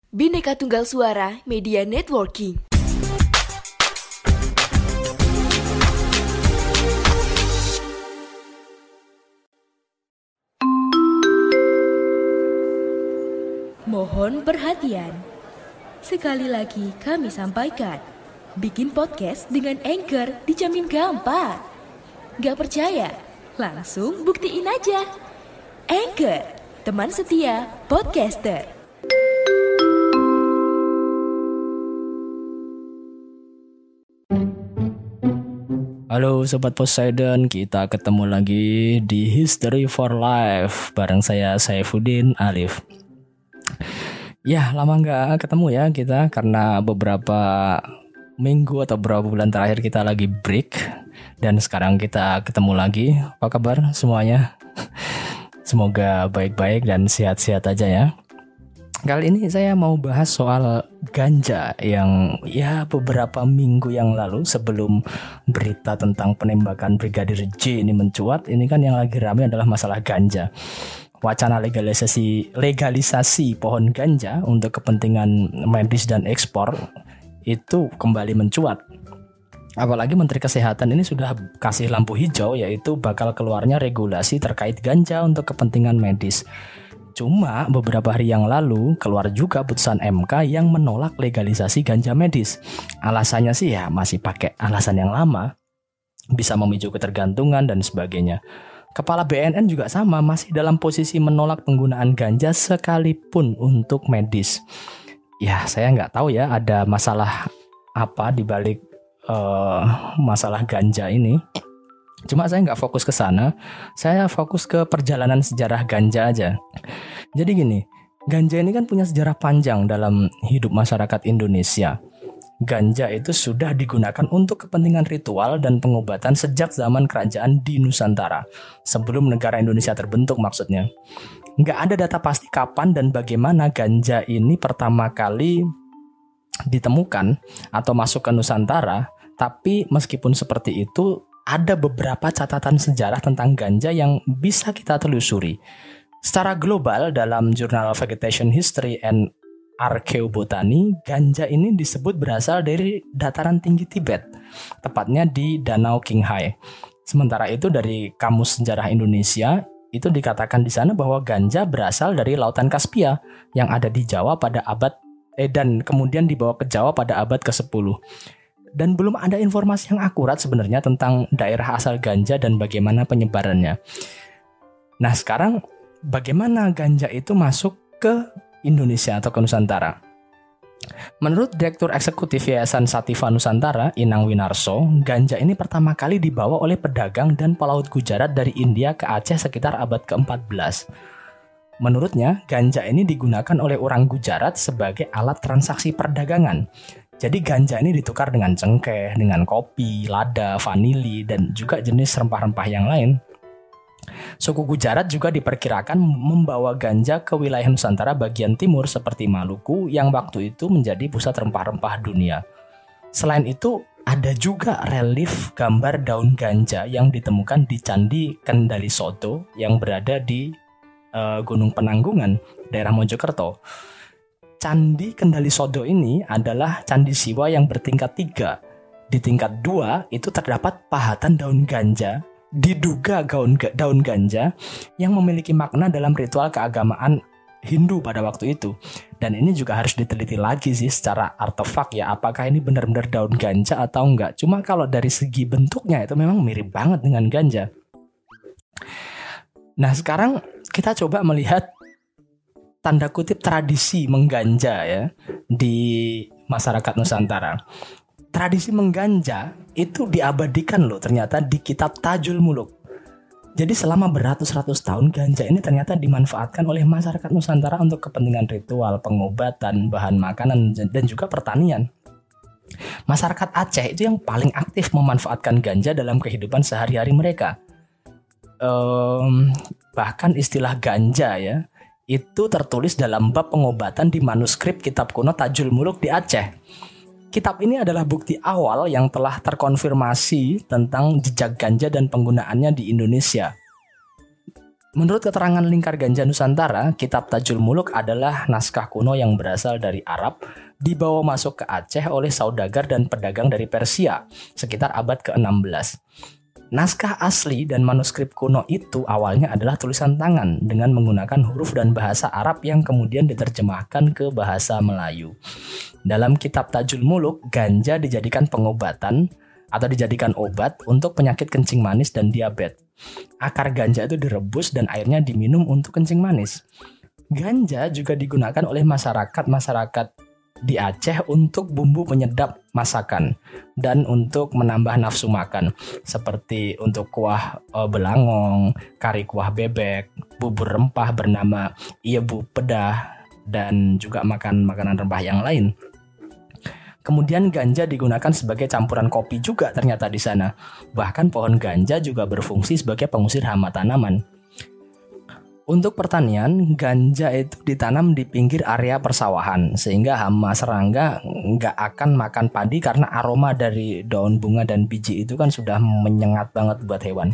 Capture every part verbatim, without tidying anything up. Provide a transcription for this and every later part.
Bhinneka Tunggal Suara Media Networking. Mohon perhatian. Sekali lagi kami sampaikan, bikin podcast dengan Anchor dijamin gampang. Gak percaya? Langsung buktiin aja. Anchor, teman setia podcaster. Halo Sobat Poseidon, kita ketemu lagi di History for Life bareng saya Saifuddin Alif. Ya, lama nggak ketemu ya kita karena beberapa minggu atau beberapa bulan terakhir kita lagi break. Dan sekarang kita ketemu lagi. Apa kabar semuanya? Semoga baik-baik dan sehat-sehat aja ya. Kali ini saya mau bahas soal ganja yang ya beberapa minggu yang lalu sebelum berita tentang penembakan Brigadir J ini mencuat. Ini kan yang lagi ramai adalah masalah ganja. Wacana legalisasi legalisasi pohon ganja untuk kepentingan medis dan ekspor itu kembali mencuat. Apalagi Menteri Kesehatan ini sudah kasih lampu hijau, yaitu bakal keluarnya regulasi terkait ganja untuk kepentingan medis. Cuma beberapa hari yang lalu keluar juga putusan M K yang menolak legalisasi ganja medis. Alasannya sih ya masih pakai alasan yang lama, bisa memicu ketergantungan dan sebagainya. Kepala B N N juga sama, masih dalam posisi menolak penggunaan ganja sekalipun untuk medis. Ya, saya nggak tahu ya ada masalah apa di balik uh, masalah ganja ini. Cuma saya nggak fokus ke sana, saya fokus ke perjalanan sejarah ganja aja. Jadi gini, ganja ini kan punya sejarah panjang dalam hidup masyarakat Indonesia. Ganja itu sudah digunakan untuk kepentingan ritual dan pengobatan sejak zaman kerajaan di Nusantara. Sebelum negara Indonesia terbentuk maksudnya. Nggak ada data pasti kapan dan bagaimana ganja ini pertama kali ditemukan atau masuk ke Nusantara. Tapi meskipun seperti itu, ada beberapa catatan sejarah tentang ganja yang bisa kita telusuri. Secara global dalam jurnal Vegetation History and Archaeobotany, ganja ini disebut berasal dari dataran tinggi Tibet, tepatnya di Danau Qinghai. Sementara itu dari Kamus Sejarah Indonesia, itu dikatakan di sana bahwa ganja berasal dari Lautan Kaspia yang ada di Jawa pada abad eh dan kemudian dibawa ke Jawa pada abad kesepuluh. Dan belum ada informasi yang akurat sebenarnya tentang daerah asal ganja dan bagaimana penyebarannya. Nah, sekarang bagaimana ganja itu masuk ke Indonesia atau ke Nusantara? Menurut Direktur Eksekutif Yayasan Sativa Nusantara, Inang Winarso, ganja ini pertama kali dibawa oleh pedagang dan pelaut Gujarat dari India ke Aceh sekitar abad keempat belas. Menurutnya, ganja ini digunakan oleh orang Gujarat sebagai alat transaksi perdagangan. Jadi ganja ini ditukar dengan cengkeh, dengan kopi, lada, vanili, dan juga jenis rempah-rempah yang lain. Suku Gujarat juga diperkirakan membawa ganja ke wilayah Nusantara bagian timur seperti Maluku yang waktu itu menjadi pusat rempah-rempah dunia. Selain itu, ada juga relief gambar daun ganja yang ditemukan di Candi Kendali Soto yang berada di uh, Gunung Penanggungan, daerah Mojokerto. Candi Kendali Sodo ini adalah candi Siwa yang bertingkat tiga. Di tingkat dua itu terdapat pahatan daun ganja, diduga gaun, daun ganja yang memiliki makna dalam ritual keagamaan Hindu pada waktu itu. Dan ini juga harus diteliti lagi sih secara artefak ya, apakah ini benar-benar daun ganja atau enggak. Cuma kalau dari segi bentuknya itu memang mirip banget dengan ganja. Nah, sekarang kita coba melihat tanda kutip tradisi mengganja ya di masyarakat Nusantara. Tradisi mengganja itu diabadikan loh ternyata di kitab Tajul Muluk. Jadi selama beratus-ratus tahun ganja ini ternyata dimanfaatkan oleh masyarakat Nusantara untuk kepentingan ritual, pengobatan, bahan makanan, dan juga pertanian. Masyarakat Aceh itu yang paling aktif memanfaatkan ganja dalam kehidupan sehari-hari mereka. Um, bahkan istilah ganja ya itu tertulis dalam bab pengobatan di manuskrip kitab kuno Tajul Muluk di Aceh. Kitab ini adalah bukti awal yang telah terkonfirmasi tentang jejak ganja dan penggunaannya di Indonesia. Menurut keterangan Lingkar Ganja Nusantara, Kitab Tajul Muluk adalah naskah kuno yang berasal dari Arab, dibawa masuk ke Aceh oleh saudagar dan pedagang dari Persia sekitar abad ke-enam belas. Naskah asli dan manuskrip kuno itu awalnya adalah tulisan tangan dengan menggunakan huruf dan bahasa Arab yang kemudian diterjemahkan ke bahasa Melayu. Dalam Kitab Tajul Muluk, ganja dijadikan pengobatan atau dijadikan obat untuk penyakit kencing manis dan diabetes. Akar ganja itu direbus dan airnya diminum untuk kencing manis. Ganja juga digunakan oleh masyarakat-masyarakat di Aceh untuk bumbu penyedap masakan dan untuk menambah nafsu makan, seperti untuk kuah e, belangong, kari kuah bebek, bubur rempah bernama iebu pedah, dan juga makan makanan rempah yang lain. Kemudian ganja digunakan sebagai campuran kopi juga ternyata di sana. Bahkan pohon ganja juga berfungsi sebagai pengusir hama tanaman. Untuk pertanian, ganja itu ditanam di pinggir area persawahan sehingga hama serangga nggak akan makan padi karena aroma dari daun bunga dan biji itu kan sudah menyengat banget buat hewan.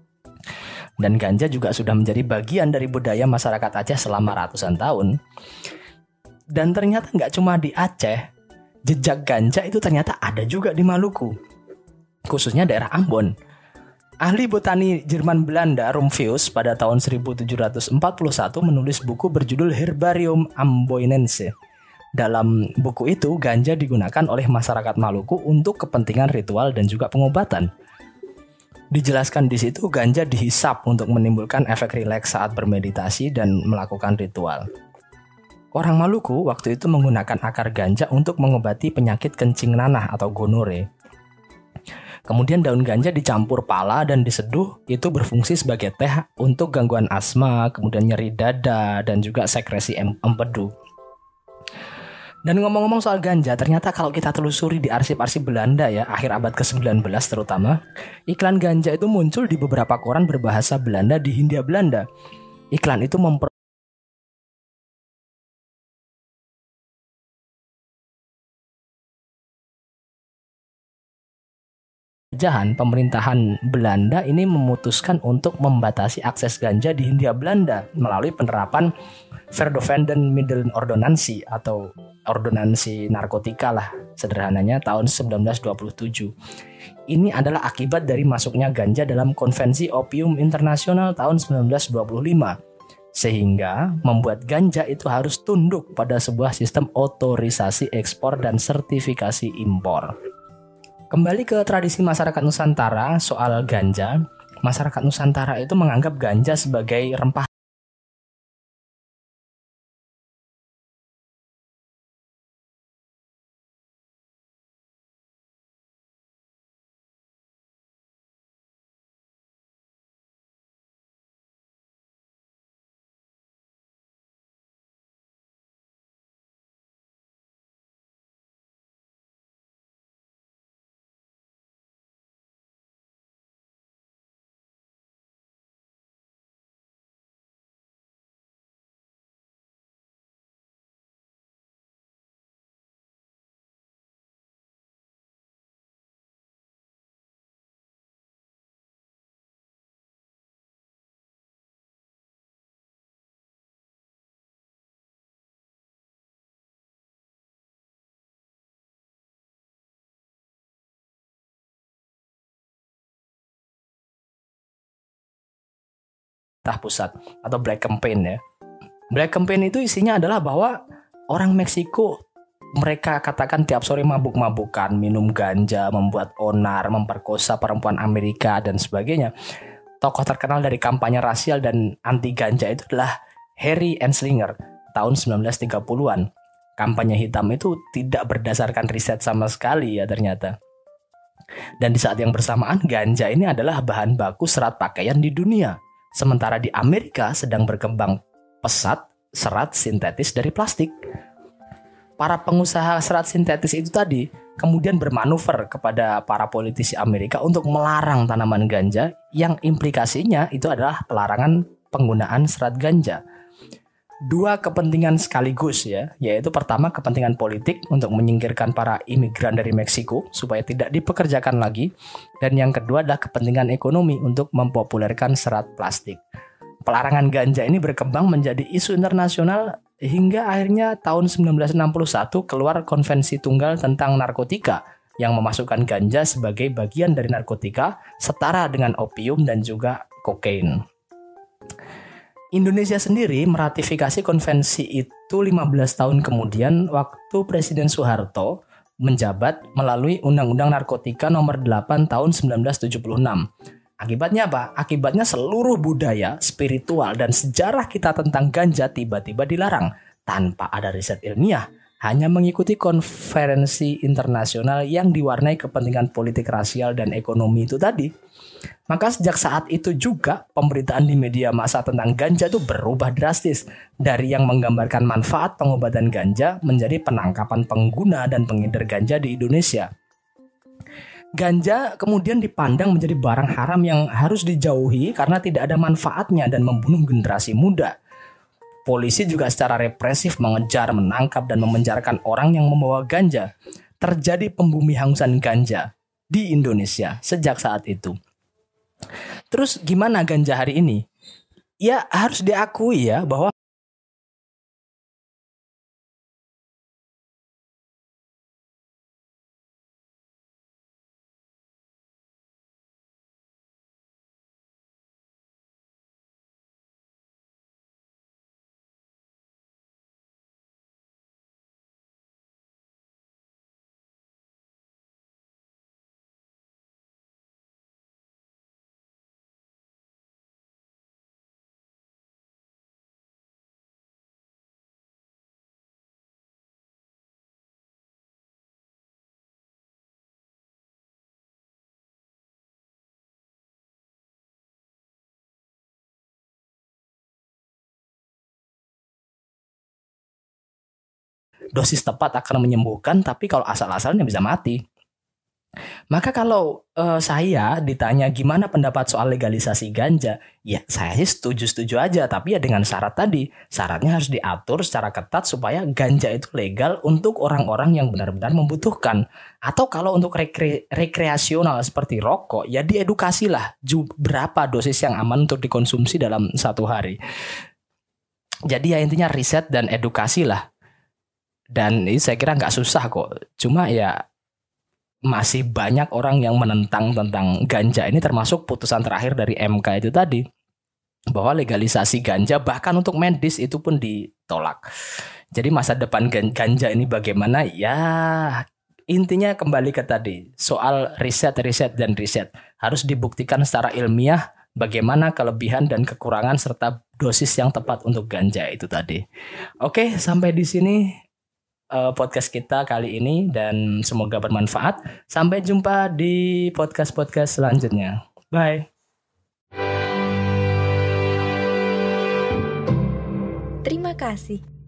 Dan ganja juga sudah menjadi bagian dari budaya masyarakat Aceh selama ratusan tahun. Dan ternyata nggak cuma di Aceh. Jejak ganja itu ternyata ada juga di Maluku, khususnya daerah Ambon. Ahli botani Jerman Belanda Rumphius pada tahun seribu tujuh ratus empat puluh satu menulis buku berjudul Herbarium Amboinense. Dalam buku itu, ganja digunakan oleh masyarakat Maluku untuk kepentingan ritual dan juga pengobatan. Dijelaskan di situ ganja dihisap untuk menimbulkan efek rileks saat bermeditasi dan melakukan ritual. Orang Maluku waktu itu menggunakan akar ganja untuk mengobati penyakit kencing nanah atau gonore. Kemudian daun ganja dicampur pala dan diseduh, itu berfungsi sebagai teh untuk gangguan asma, kemudian nyeri dada, dan juga sekresi empedu. Dan ngomong-ngomong soal ganja, ternyata kalau kita telusuri di arsip-arsip Belanda ya, akhir abad ke sembilan belas terutama, iklan ganja itu muncul di beberapa koran berbahasa Belanda di Hindia Belanda. Iklan itu memper Jahan, pemerintahan Belanda ini memutuskan untuk membatasi akses ganja di Hindia Belanda melalui penerapan Verdovenden-Middelenordonnantie atau ordonansi narkotika lah sederhananya tahun seribu sembilan ratus dua puluh tujuh. Ini adalah akibat dari masuknya ganja dalam Konvensi Opium Internasional tahun seribu sembilan ratus dua puluh lima, sehingga membuat ganja itu harus tunduk pada sebuah sistem otorisasi ekspor dan sertifikasi impor. Kembali ke tradisi masyarakat Nusantara soal ganja, masyarakat Nusantara itu menganggap ganja sebagai rempah pusat atau Black Campaign ya. Black Campaign itu isinya adalah bahwa orang Meksiko mereka katakan tiap sore mabuk-mabukan, minum ganja, membuat onar, memperkosa perempuan Amerika dan sebagainya. Tokoh terkenal dari kampanye rasial dan anti ganja itu adalah Harry Anslinger tahun seribu sembilan ratus tiga puluhan. Kampanye hitam itu tidak berdasarkan riset sama sekali ya ternyata. Dan di saat yang bersamaan ganja ini adalah bahan baku serat pakaian di dunia. Sementara di Amerika sedang berkembang pesat serat sintetis dari plastik. Para pengusaha serat sintetis itu tadi kemudian bermanuver kepada para politisi Amerika untuk melarang tanaman ganja yang implikasinya itu adalah pelarangan penggunaan serat ganja. Dua kepentingan sekaligus ya, yaitu pertama kepentingan politik untuk menyingkirkan para imigran dari Meksiko supaya tidak dipekerjakan lagi, dan yang kedua adalah kepentingan ekonomi untuk mempopulerkan serat plastik. pelarangan ganja ini berkembang menjadi isu internasional hingga akhirnya tahun sembilan belas enam puluh satu keluar Konvensi Tunggal tentang Narkotika yang memasukkan ganja sebagai bagian dari narkotika setara dengan opium dan juga kokain. Indonesia sendiri meratifikasi konvensi itu lima belas tahun kemudian waktu Presiden Soeharto menjabat melalui Undang-Undang Narkotika Nomor delapan Tahun sembilan belas tujuh puluh enam. Akibatnya apa? Akibatnya seluruh budaya, spiritual, dan sejarah kita tentang ganja tiba-tiba dilarang tanpa ada riset ilmiah, hanya mengikuti konferensi internasional yang diwarnai kepentingan politik rasial dan ekonomi itu tadi. Maka sejak saat itu juga pemberitaan di media massa tentang ganja itu berubah drastis dari yang menggambarkan manfaat pengobatan ganja menjadi penangkapan pengguna dan pengedar ganja di Indonesia. Ganja kemudian dipandang menjadi barang haram yang harus dijauhi karena tidak ada manfaatnya dan membunuh generasi muda. Polisi juga secara represif mengejar, menangkap, dan memenjarakan orang yang membawa ganja. Terjadi pembumihangsan ganja di Indonesia sejak saat itu. Terus gimana ganja hari ini? Ya harus diakui ya bahwa dosis tepat akan menyembuhkan, tapi kalau asal-asalnya bisa mati. Maka kalau uh, saya ditanya gimana pendapat soal legalisasi ganja, ya saya sih setuju-setuju aja, tapi ya dengan syarat tadi. Syaratnya harus diatur secara ketat supaya ganja itu legal untuk orang-orang yang benar-benar membutuhkan. Atau kalau untuk rekre- rekreasional seperti rokok, ya diedukasilah ju- berapa dosis yang aman untuk dikonsumsi dalam satu hari. Jadi ya intinya riset dan edukasi lah. Dan ini saya kira nggak susah kok. Cuma ya masih banyak orang yang menentang tentang ganja ini, termasuk putusan terakhir dari M K itu tadi. Bahwa legalisasi ganja bahkan untuk medis itu pun ditolak. Jadi masa depan ganja ini bagaimana? Ya intinya kembali ke tadi. Soal riset, riset, dan riset. Harus dibuktikan secara ilmiah bagaimana kelebihan dan kekurangan serta dosis yang tepat untuk ganja itu tadi. Oke, sampai di sini podcast kita kali ini dan semoga bermanfaat. Sampai jumpa di podcast-podcast selanjutnya. Bye. Terima kasih.